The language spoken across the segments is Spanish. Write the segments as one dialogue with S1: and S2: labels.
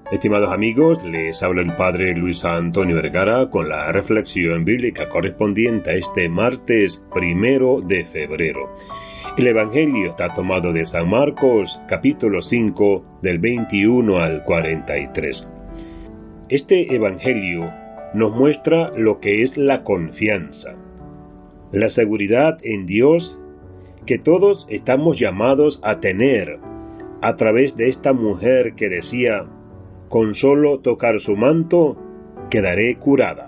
S1: Estimados amigos, les habla el Padre Luis Antonio Vergara con la reflexión bíblica correspondiente a este martes 1 de febrero. El Evangelio está tomado de San Marcos, capítulo 5, del 21 al 43. Este Evangelio nos muestra lo que es la confianza, la seguridad en Dios que todos estamos llamados a tener a través de esta mujer que decía: con solo tocar su manto, quedaré curada.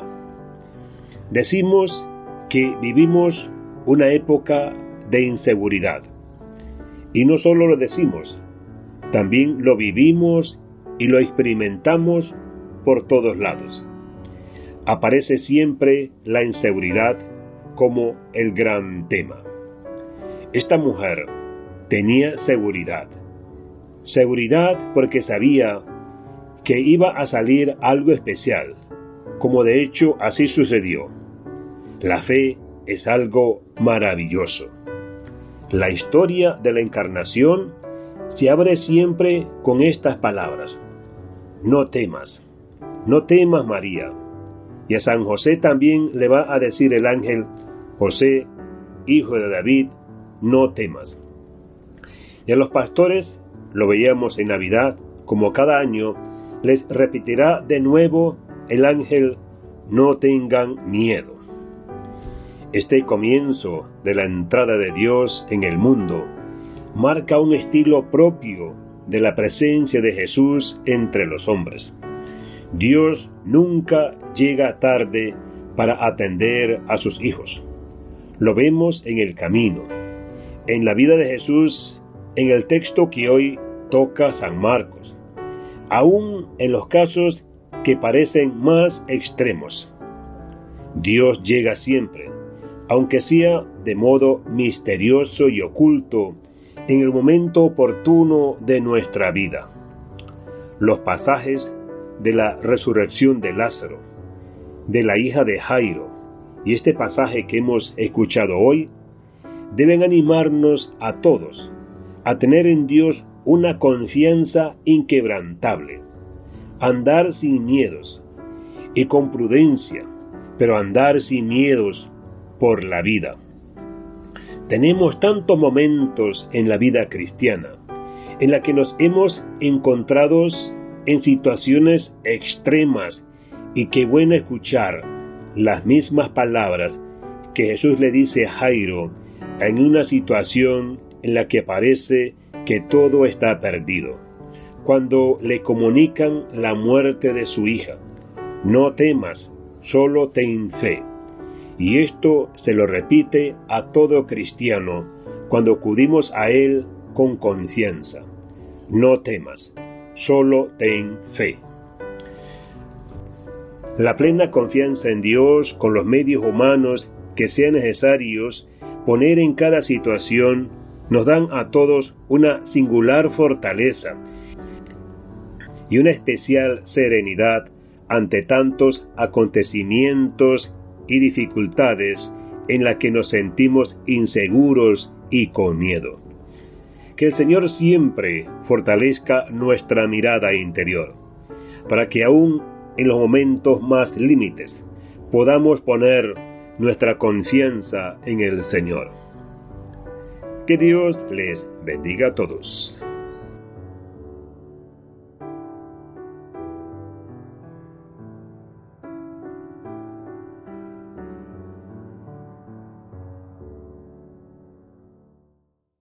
S1: Decimos que vivimos una época de inseguridad. Y no solo lo decimos, también lo vivimos y lo experimentamos por todos lados. Aparece siempre la inseguridad como el gran tema. Esta mujer tenía seguridad. Seguridad porque sabía que iba a salir algo especial, como de hecho así sucedió. La fe es algo maravilloso. La historia de la encarnación se abre siempre con estas palabras: no temas María. Y a San José también le va a decir el ángel: José, hijo de David, no temas. Y a los pastores, lo veíamos en Navidad, como cada año, les repetirá de nuevo el ángel: no tengan miedo. Este comienzo de la entrada de Dios en el mundo marca un estilo propio de la presencia de Jesús entre los hombres. Dios nunca llega tarde para atender a sus hijos. Lo vemos en el camino, en la vida de Jesús, en el texto que hoy toca San Marcos. Aún en los casos que parecen más extremos, Dios llega siempre, aunque sea de modo misterioso y oculto, en el momento oportuno de nuestra vida. Los pasajes de la resurrección de Lázaro, de la hija de Jairo, y este pasaje que hemos escuchado hoy, deben animarnos a todos a tener en Dios una confianza inquebrantable, andar sin miedos y con prudencia, pero andar sin miedos por la vida. Tenemos tantos momentos en la vida cristiana en la que nos hemos encontrado en situaciones extremas, y qué bueno escuchar las mismas palabras que Jesús le dice a Jairo en una situación en la que parece que todo está perdido, cuando le comunican la muerte de su hija. No temas, solo ten fe. Y esto se lo repite a todo cristiano cuando acudimos a Él con confianza. No temas, solo ten fe. La plena confianza en Dios con los medios humanos que sean necesarios poner en cada situación nos dan a todos una singular fortaleza y una especial serenidad ante tantos acontecimientos y dificultades en las que nos sentimos inseguros y con miedo. Que el Señor siempre fortalezca nuestra mirada interior, para que aún en los momentos más límites podamos poner nuestra confianza en el Señor. Que Dios les bendiga a todos.